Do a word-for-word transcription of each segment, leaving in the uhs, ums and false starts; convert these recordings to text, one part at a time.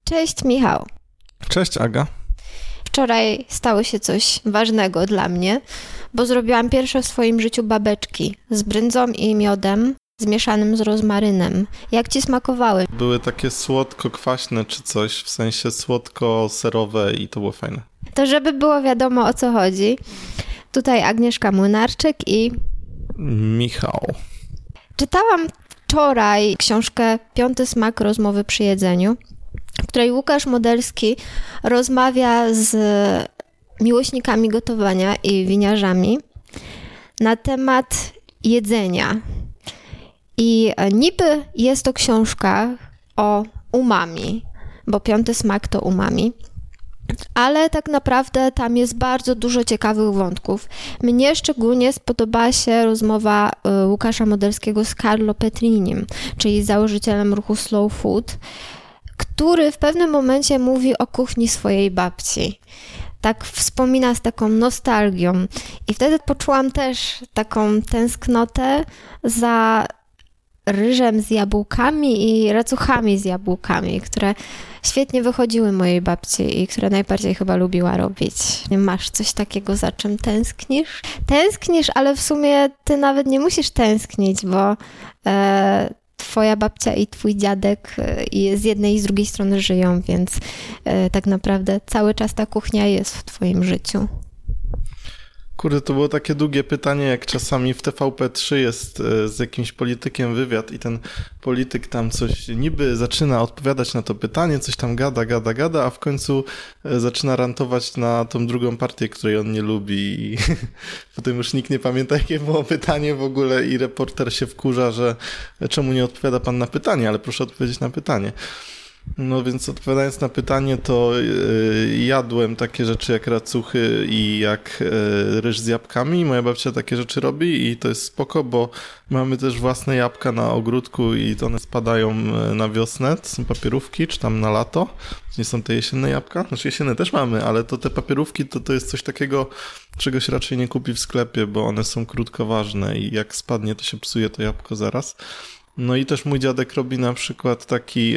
Cześć Michał. Cześć Aga. Wczoraj stało się coś ważnego dla mnie, bo zrobiłam pierwsze w swoim życiu babeczki z bryndzą i miodem zmieszanym z rozmarynem. Jak ci smakowały? Były takie słodko-kwaśne czy coś, w sensie słodko-serowe i to było fajne. To żeby było wiadomo, o co chodzi. Tutaj Agnieszka Młynarczyk i... Michał. Czytałam wczoraj książkę Piąty smak rozmowy przy jedzeniu, w której Łukasz Modelski rozmawia z miłośnikami gotowania i winiarzami na temat jedzenia. I niby jest to książka o umami, bo piąty smak to umami, ale tak naprawdę tam jest bardzo dużo ciekawych wątków. Mnie szczególnie spodobała się rozmowa Łukasza Modelskiego z Carlo Petrinim, czyli założycielem ruchu Slow Food, który w pewnym momencie mówi o kuchni swojej babci. Tak wspomina z taką nostalgią. I wtedy poczułam też taką tęsknotę za ryżem z jabłkami i racuchami z jabłkami, które świetnie wychodziły mojej babci i które najbardziej chyba lubiła robić. Masz coś takiego, za czym tęsknisz? Tęsknisz, ale w sumie ty nawet nie musisz tęsknić, bo e, twoja babcia i twój dziadek e, z jednej i z drugiej strony żyją, więc e, tak naprawdę cały czas ta kuchnia jest w twoim życiu. Kurde, to było takie długie pytanie, jak czasami w T V P trzy jest z jakimś politykiem wywiad i ten polityk tam coś niby zaczyna odpowiadać na to pytanie, coś tam gada, gada, gada, a w końcu zaczyna rantować na tą drugą partię, której on nie lubi i potem już nikt nie pamięta, jakie było pytanie w ogóle i reporter się wkurza, że czemu nie odpowiada pan na pytanie, ale proszę odpowiedzieć na pytanie. No więc odpowiadając na pytanie, to yy, jadłem takie rzeczy jak racuchy i jak yy, ryż z jabłkami. Moja babcia takie rzeczy robi i to jest spoko, bo mamy też własne jabłka na ogródku i to one spadają na wiosnę. To są papierówki, czy tam na lato. To nie są te jesienne jabłka. Znaczy jesienne też mamy, ale to te papierówki to, to jest coś takiego, czego się raczej nie kupi w sklepie, bo one są krótkoważne i jak spadnie, to się psuje to jabłko zaraz. No i też mój dziadek robi na przykład taki,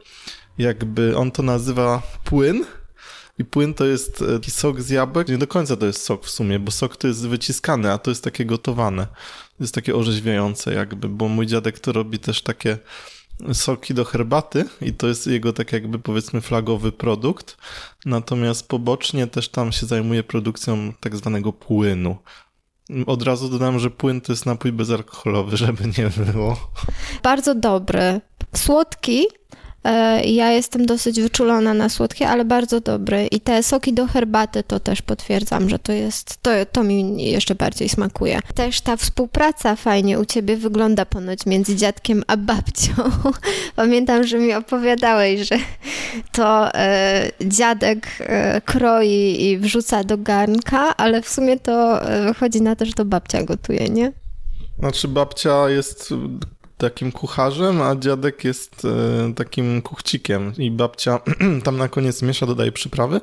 jakby on to nazywa płyn i płyn to jest taki sok z jabłek. Nie do końca to jest sok w sumie, bo sok to jest wyciskany, a to jest takie gotowane. To jest takie orzeźwiające jakby, bo mój dziadek to robi też takie soki do herbaty i to jest jego tak jakby powiedzmy flagowy produkt. Natomiast pobocznie też tam się zajmuje produkcją tak zwanego płynu. Od razu dodam, że płyn to jest napój bezalkoholowy, żeby nie było. Bardzo dobry. Słodki. Ja jestem dosyć wyczulona na słodkie, ale bardzo dobry. I te soki do herbaty to też potwierdzam, że to jest, to, to mi jeszcze bardziej smakuje. Też ta współpraca fajnie u ciebie wygląda ponoć między dziadkiem a babcią. Pamiętam, że mi opowiadałeś, że to e, dziadek e, kroi i wrzuca do garnka, ale w sumie to wychodzi na to, że to babcia gotuje, nie? Znaczy babcia jest takim kucharzem, a dziadek jest e, takim kuchcikiem i babcia tam na koniec miesza, dodaje przyprawy.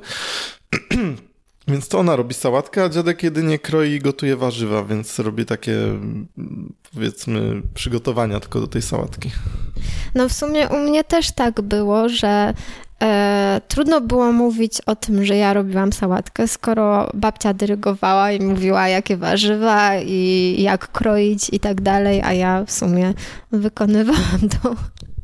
Więc to ona robi sałatkę, a dziadek jedynie kroi i gotuje warzywa, więc robi takie, powiedzmy, przygotowania tylko do tej sałatki. No w sumie u mnie też tak było, że e, trudno było mówić o tym, że ja robiłam sałatkę, skoro babcia dyrygowała i mówiła, jakie warzywa i jak kroić i tak dalej, a ja w sumie wykonywałam tą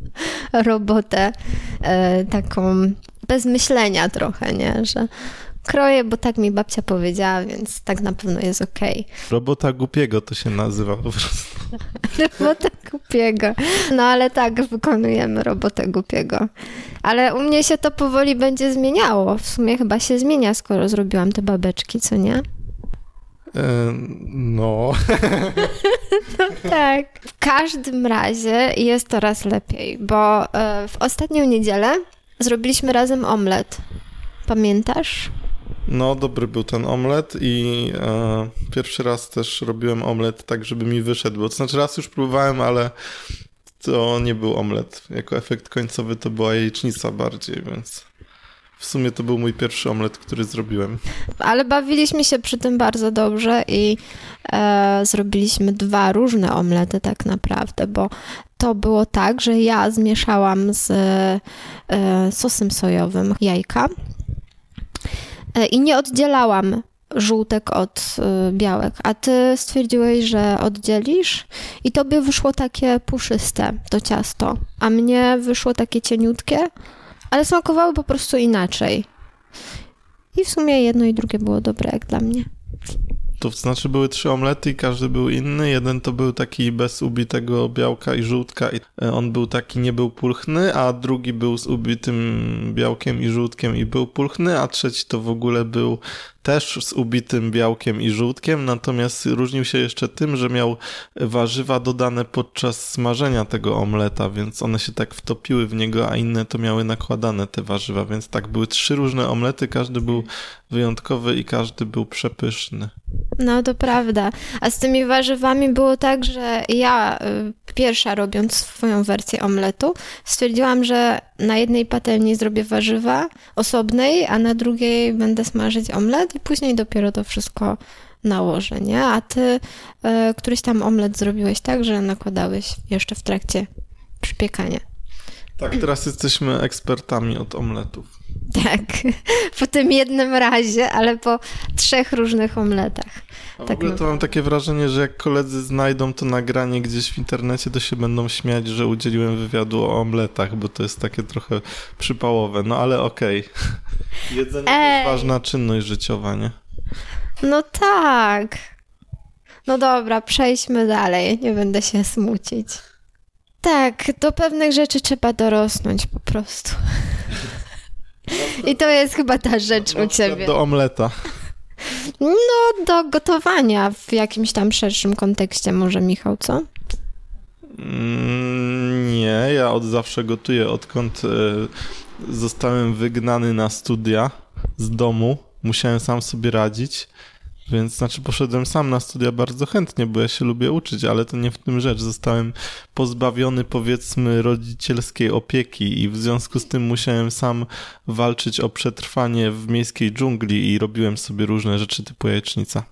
robotę e, taką bez myślenia trochę, nie, że kroję, bo tak mi babcia powiedziała, więc tak na pewno jest okej. Robota głupiego to się nazywa po prostu. Robota głupiego. No ale tak, wykonujemy robotę głupiego. Ale u mnie się to powoli będzie zmieniało. W sumie chyba się zmienia, skoro zrobiłam te babeczki, co nie? Yy, no. No tak. W każdym razie jest coraz lepiej, bo w ostatnią niedzielę zrobiliśmy razem omlet. Pamiętasz? No, dobry był ten omlet i e, pierwszy raz też robiłem omlet tak, żeby mi wyszedł, bo to znaczy raz już próbowałem, ale to nie był omlet. Jako efekt końcowy to była jajecznica bardziej, więc w sumie to był mój pierwszy omlet, który zrobiłem. Ale bawiliśmy się przy tym bardzo dobrze i e, zrobiliśmy dwa różne omlety tak naprawdę, bo to było tak, że ja zmieszałam z e, sosem sojowym jajka e, i nie oddzielałam żółtek od y, białek, a ty stwierdziłeś, że oddzielisz i tobie wyszło takie puszyste to ciasto, a mnie wyszło takie cieniutkie, ale smakowały po prostu inaczej. I w sumie jedno i drugie było dobre jak dla mnie. To znaczy były trzy omlety i każdy był inny. Jeden to był taki bez ubitego białka i żółtka i on był taki, nie był pulchny, a drugi był z ubitym białkiem i żółtkiem i był pulchny, a trzeci to w ogóle był też z ubitym białkiem i żółtkiem, natomiast różnił się jeszcze tym, że miał warzywa dodane podczas smażenia tego omleta, więc one się tak wtopiły w niego, a inne to miały nakładane te warzywa, więc tak były trzy różne omlety, każdy był wyjątkowy i każdy był przepyszny. No to prawda. A z tymi warzywami było tak, że ja y, pierwsza robiąc swoją wersję omletu stwierdziłam, że na jednej patelni zrobię warzywa osobnej, a na drugiej będę smażyć omlet i później dopiero to wszystko nałożę, nie? A ty y, któryś tam omlet zrobiłeś tak, że nakładałeś jeszcze w trakcie przypiekania. Tak, teraz jesteśmy ekspertami od omletów. Tak, po tym jednym razie, ale po trzech różnych omletach. A w tak ogóle to mam takie wrażenie, że jak koledzy znajdą to nagranie gdzieś w internecie, to się będą śmiać, że udzieliłem wywiadu o omletach, bo to jest takie trochę przypałowe, no ale okej. Okay. Jedzenie to jest ważna czynność życiowa, nie? No tak. No dobra, przejdźmy dalej, nie będę się smucić. Tak, do pewnych rzeczy trzeba dorosnąć po prostu. I to jest chyba ta rzecz u ciebie. Do omleta. No, do gotowania w jakimś tam szerszym kontekście może, Michał, co? Mm, nie, ja od zawsze gotuję, odkąd y, zostałem wygnany na studia z domu. Musiałem sam sobie radzić. Więc znaczy poszedłem sam na studia bardzo chętnie, bo ja się lubię uczyć, ale to nie w tym rzecz. Zostałem pozbawiony, powiedzmy, rodzicielskiej opieki i w związku z tym musiałem sam walczyć o przetrwanie w miejskiej dżungli i robiłem sobie różne rzeczy typu jajecznica.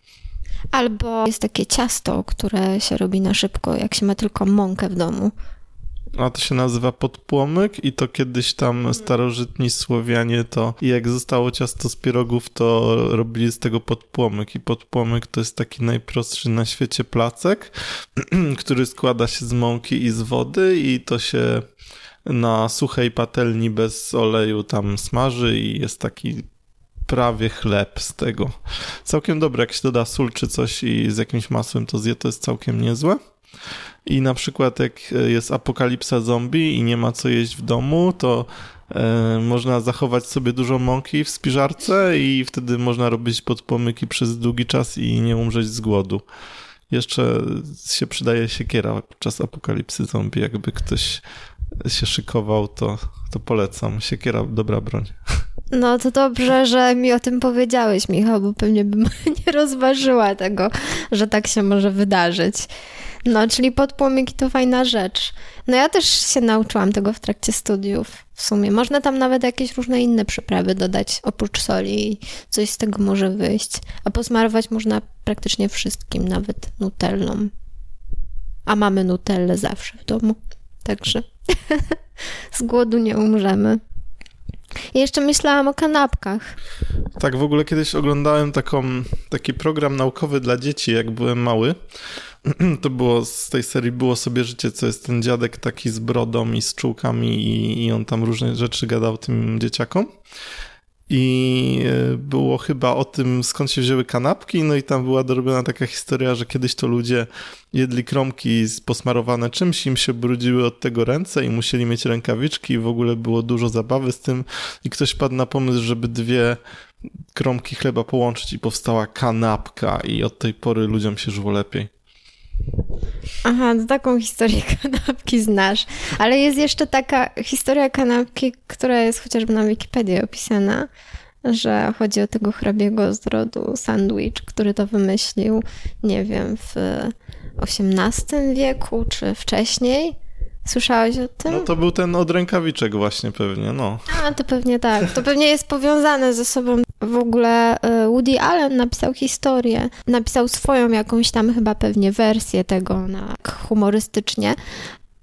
Albo jest takie ciasto, które się robi na szybko, jak się ma tylko mąkę w domu. A to się nazywa podpłomyk i to kiedyś tam starożytni Słowianie to i jak zostało ciasto z pierogów, to robili z tego podpłomyk i podpłomyk to jest taki najprostszy na świecie placek, który składa się z mąki i z wody i to się na suchej patelni bez oleju tam smaży i jest taki prawie chleb z tego. Całkiem dobre, jak się doda sól czy coś i z jakimś masłem to zje, to jest całkiem niezłe. I na przykład jak jest apokalipsa zombie i nie ma co jeść w domu, to e, można zachować sobie dużo mąki w spiżarce i wtedy można robić podpłomyki przez długi czas i nie umrzeć z głodu. Jeszcze się przydaje siekiera podczas apokalipsy zombie. Jakby ktoś się szykował, to, to polecam. Siekiera, dobra broń. No to dobrze, że mi o tym powiedziałeś, Michał, bo pewnie bym nie rozważyła tego, że tak się może wydarzyć. No, czyli podpłomyki to fajna rzecz. No ja też się nauczyłam tego w trakcie studiów w sumie. Można tam nawet jakieś różne inne przyprawy dodać oprócz soli i coś z tego może wyjść. A posmarować można praktycznie wszystkim, nawet nutellą. A mamy nutellę zawsze w domu, także z głodu nie umrzemy. I jeszcze myślałam o kanapkach. Tak, w ogóle kiedyś oglądałem taką, taki program naukowy dla dzieci, jak byłem mały. To było z tej serii Było sobie życie, co jest ten dziadek taki z brodą i z czułkami i, i on tam różne rzeczy gadał tym dzieciakom. I było chyba o tym, skąd się wzięły kanapki, no i tam była dorobiona taka historia, że kiedyś to ludzie jedli kromki posmarowane czymś, im się brudziły od tego ręce i musieli mieć rękawiczki i w ogóle było dużo zabawy z tym i ktoś padł na pomysł, żeby dwie kromki chleba połączyć i powstała kanapka i od tej pory ludziom się żyło lepiej. Aha, to taką historię kanapki znasz. Ale jest jeszcze taka historia kanapki, która jest chociażby na Wikipedii opisana, że chodzi o tego hrabiego z rodu Sandwich, który to wymyślił, nie wiem, w osiemnastym wieku czy wcześniej. Słyszałeś o tym? No to był ten od rękawiczek właśnie pewnie, no. A, to pewnie tak. To pewnie jest powiązane ze sobą. W ogóle Woody Allen napisał historię. Napisał swoją jakąś tam chyba pewnie wersję tego na humorystycznie.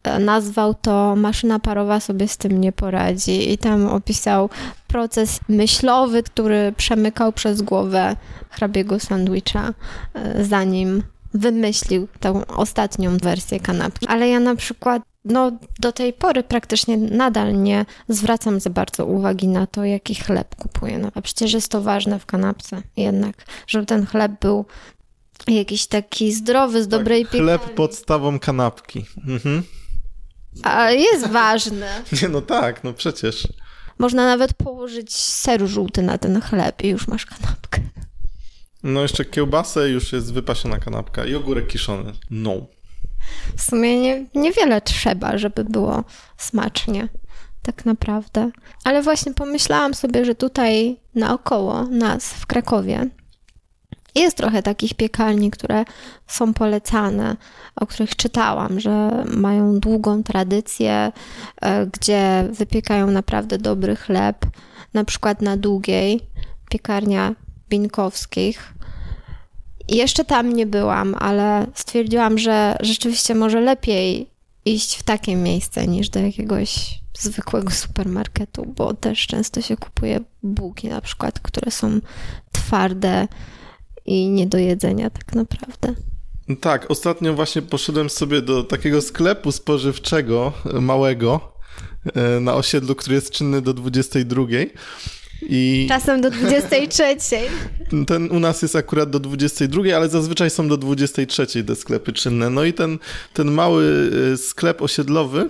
nazwał to maszyna parowa sobie z tym nie poradzi i tam opisał proces myślowy, który przemykał przez głowę hrabiego Sandwicha, zanim wymyślił tę ostatnią wersję kanapki. Ale ja na przykład no, do tej pory praktycznie nadal nie zwracam za bardzo uwagi na to, jaki chleb kupuję. No, a przecież jest to ważne w kanapce jednak, żeby ten chleb był jakiś taki zdrowy, z dobrej tak, piekarni. Chleb podstawą kanapki. Mhm. A jest ważny. Nie, no tak, no przecież. Można nawet położyć ser żółty na ten chleb i już masz kanapkę. No jeszcze kiełbasę, już jest wypasiona kanapka i ogórek kiszony. No. W sumie nie, niewiele trzeba, żeby było smacznie, tak naprawdę. Ale właśnie pomyślałam sobie, że tutaj naokoło nas w Krakowie jest trochę takich piekarni, które są polecane, o których czytałam, że mają długą tradycję, gdzie wypiekają naprawdę dobry chleb. Na przykład na Długiej, piekarnia Binkowskich. Jeszcze tam nie byłam, ale stwierdziłam, że rzeczywiście może lepiej iść w takie miejsce niż do jakiegoś zwykłego supermarketu, bo też często się kupuje bułki na przykład, które są twarde i nie do jedzenia tak naprawdę. Tak, ostatnio właśnie poszedłem sobie do takiego sklepu spożywczego, małego, na osiedlu, który jest czynny do dwudziestej drugiej. I czasem do dwudziestej trzeciej. Ten u nas jest akurat do dwudziestej drugiej, ale zazwyczaj są do dwudziestej trzeciej te sklepy czynne. No i ten, ten mały sklep osiedlowy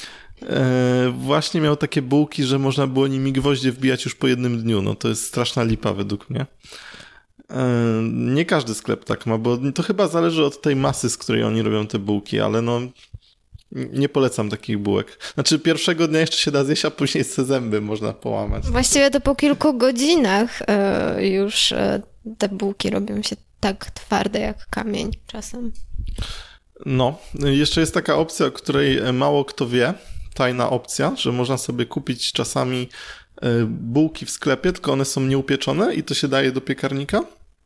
e, właśnie miał takie bułki, że można było nimi gwoździe wbijać już po jednym dniu. No to jest straszna lipa według mnie. E, nie każdy sklep tak ma, bo to chyba zależy od tej masy, z której oni robią te bułki, ale no nie polecam takich bułek. Znaczy pierwszego dnia jeszcze się da zjeść, a później se zęby można połamać. Właściwie to po kilku godzinach y, już y, te bułki robią się tak twarde jak kamień czasem. No, jeszcze jest taka opcja, o której mało kto wie, tajna opcja, że można sobie kupić czasami y, bułki w sklepie, tylko one są nieupieczone i to się daje do piekarnika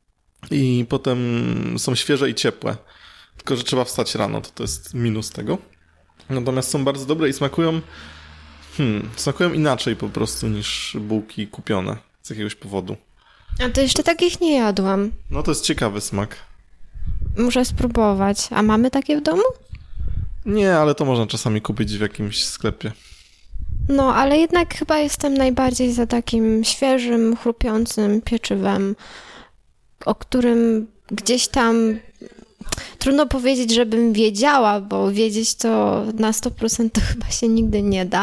i potem są świeże i ciepłe. Tylko że trzeba wstać rano, to to jest minus tego. Natomiast są bardzo dobre i smakują hmm, smakują inaczej po prostu niż bułki kupione z jakiegoś powodu. A to jeszcze takich nie jadłam. No to jest ciekawy smak. Muszę spróbować. A mamy takie w domu? Nie, ale to można czasami kupić w jakimś sklepie. No, ale jednak chyba jestem najbardziej za takim świeżym, chrupiącym pieczywem, o którym gdzieś tam trudno powiedzieć, żebym wiedziała, bo wiedzieć to na sto procent to chyba się nigdy nie da.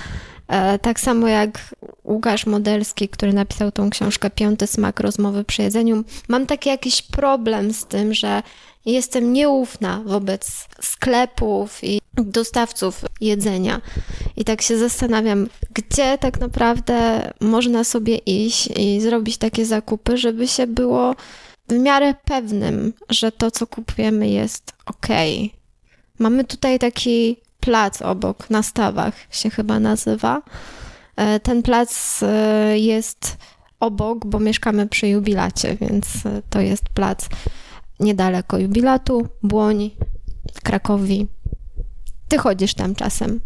E, tak samo jak Łukasz Modelski, który napisał tą książkę Piąty smak rozmowy przy jedzeniu. Mam taki jakiś problem z tym, że jestem nieufna wobec sklepów i dostawców jedzenia. I tak się zastanawiam, gdzie tak naprawdę można sobie iść i zrobić takie zakupy, żeby się było w miarę pewnym, że to, co kupujemy, jest okej. Mamy tutaj taki plac obok, na Stawach się chyba nazywa. Ten plac jest obok, bo mieszkamy przy Jubilacie, więc to jest plac niedaleko Jubilatu, Błoń, Krakowi. Ty chodzisz tam czasem.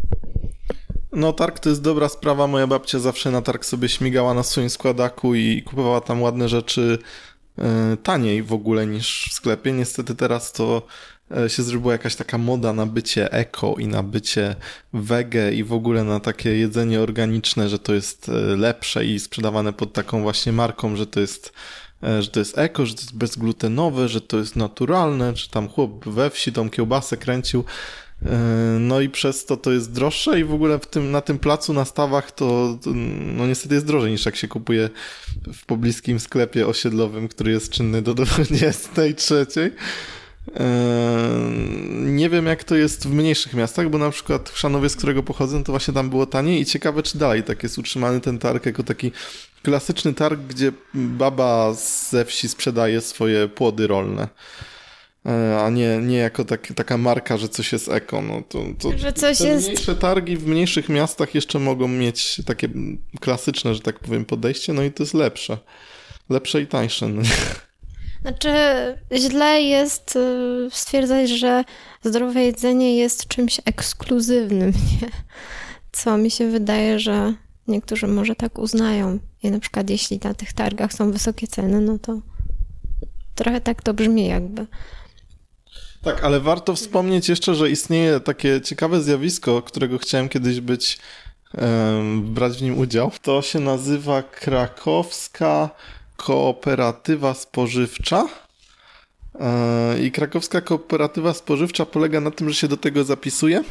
No targ to jest dobra sprawa. Moja babcia zawsze na targ sobie śmigała na swoim składaku i kupowała tam ładne rzeczy taniej w ogóle niż w sklepie. Niestety teraz to się zrobiła jakaś taka moda na bycie eko i na bycie wege i w ogóle na takie jedzenie organiczne, że to jest lepsze i sprzedawane pod taką właśnie marką, że to jest, że to jest eko, że to jest bezglutenowe, że to jest naturalne, czy tam chłop we wsi tą kiełbasę kręcił. No i przez to to jest droższe i w ogóle w tym, na tym placu, na Stawach to, to no niestety jest drożej niż jak się kupuje w pobliskim sklepie osiedlowym, który jest czynny do dwudziestej trzeciej. Nie wiem jak to jest w mniejszych miastach, bo na przykład w Chrzanowie, z którego pochodzę, to właśnie tam było taniej i ciekawe czy dalej tak jest utrzymany ten targ jako taki klasyczny targ, gdzie baba ze wsi sprzedaje swoje płody rolne. A nie, nie jako tak, taka marka, że coś jest eko. No to, to że coś te jest... mniejsze targi w mniejszych miastach jeszcze mogą mieć takie klasyczne, że tak powiem, podejście, no i to jest lepsze. Lepsze i tańsze. No. Znaczy, źle jest stwierdzać, że zdrowe jedzenie jest czymś ekskluzywnym, nie? Co mi się wydaje, że niektórzy może tak uznają. I na przykład jeśli na tych targach są wysokie ceny, no to trochę tak to brzmi jakby. Tak, ale warto wspomnieć jeszcze, że istnieje takie ciekawe zjawisko, którego chciałem kiedyś być, um, brać w nim udział. To się nazywa Krakowska Kooperatywa Spożywcza. I Krakowska Kooperatywa Spożywcza polega na tym, że się do tego zapisuje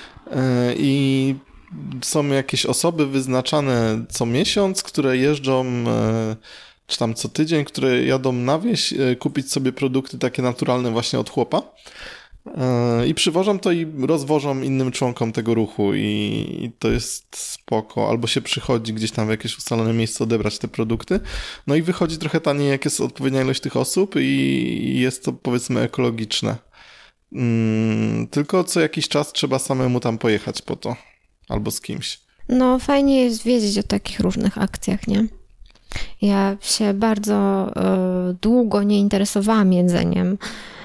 i są jakieś osoby wyznaczane co miesiąc, które jeżdżą, czy tam co tydzień, które jadą na wieś kupić sobie produkty takie naturalne właśnie od chłopa i przywożą to i rozwożą innym członkom tego ruchu i to jest spoko. Albo się przychodzi gdzieś tam w jakieś ustalone miejsce odebrać te produkty. No i wychodzi trochę taniej, jak jest odpowiednia ilość tych osób i jest to powiedzmy ekologiczne. Hmm, tylko co jakiś czas trzeba samemu tam pojechać po to. Albo z kimś. No fajnie jest wiedzieć o takich różnych akcjach, nie? Ja się bardzo y, długo nie interesowałam jedzeniem.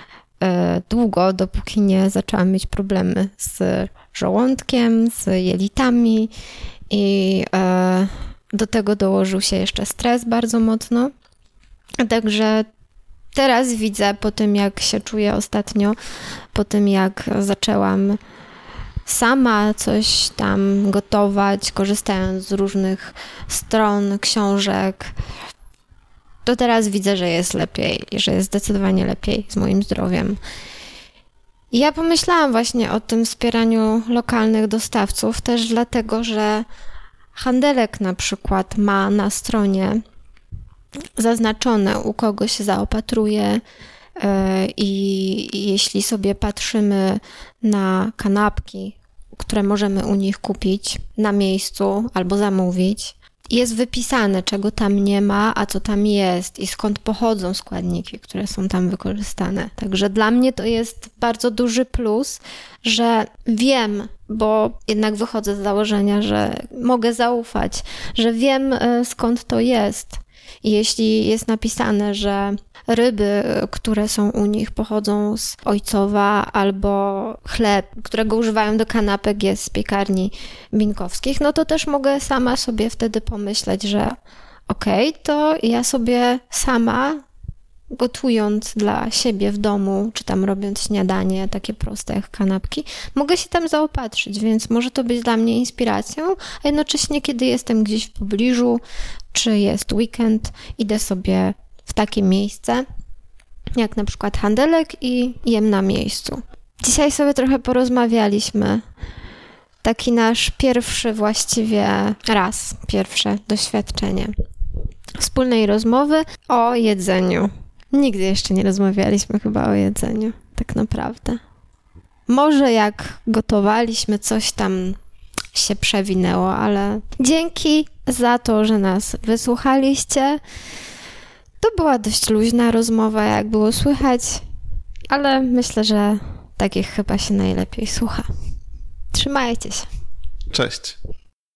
Długo, dopóki nie zaczęłam mieć problemy z żołądkiem, z jelitami i e, do tego dołożył się jeszcze stres bardzo mocno. Także teraz widzę po tym, jak się czuję ostatnio, po tym jak zaczęłam sama coś tam gotować, korzystając z różnych stron, książek, to teraz widzę, że jest lepiej, że jest zdecydowanie lepiej z moim zdrowiem. I ja pomyślałam właśnie o tym wspieraniu lokalnych dostawców, też dlatego, że Handelek na przykład ma na stronie zaznaczone, u kogo się zaopatruje i jeśli sobie patrzymy na kanapki, które możemy u nich kupić na miejscu albo zamówić, jest wypisane, czego tam nie ma, a co tam jest i skąd pochodzą składniki, które są tam wykorzystane. Także dla mnie to jest bardzo duży plus, że wiem, bo jednak wychodzę z założenia, że mogę zaufać, że wiem, skąd to jest. I jeśli jest napisane, że ryby, które są u nich, pochodzą z Ojcowa, albo chleb, którego używają do kanapek, jest z piekarni Binkowskich, no to też mogę sama sobie wtedy pomyśleć, że okej, okay, to ja sobie sama, gotując dla siebie w domu, czy tam robiąc śniadanie, takie proste jak kanapki, mogę się tam zaopatrzyć, więc może to być dla mnie inspiracją, a jednocześnie, kiedy jestem gdzieś w pobliżu, czy jest weekend, idę sobie w takie miejsce, jak na przykład Handelek i jem na miejscu. Dzisiaj sobie trochę porozmawialiśmy. Taki nasz pierwszy właściwie raz, pierwsze doświadczenie wspólnej rozmowy o jedzeniu. Nigdy jeszcze nie rozmawialiśmy chyba o jedzeniu, tak naprawdę. Może jak gotowaliśmy, coś tam się przewinęło, ale dzięki za to, że nas wysłuchaliście. To była dość luźna rozmowa, jak było słychać, ale myślę, że takich chyba się najlepiej słucha. Trzymajcie się. Cześć.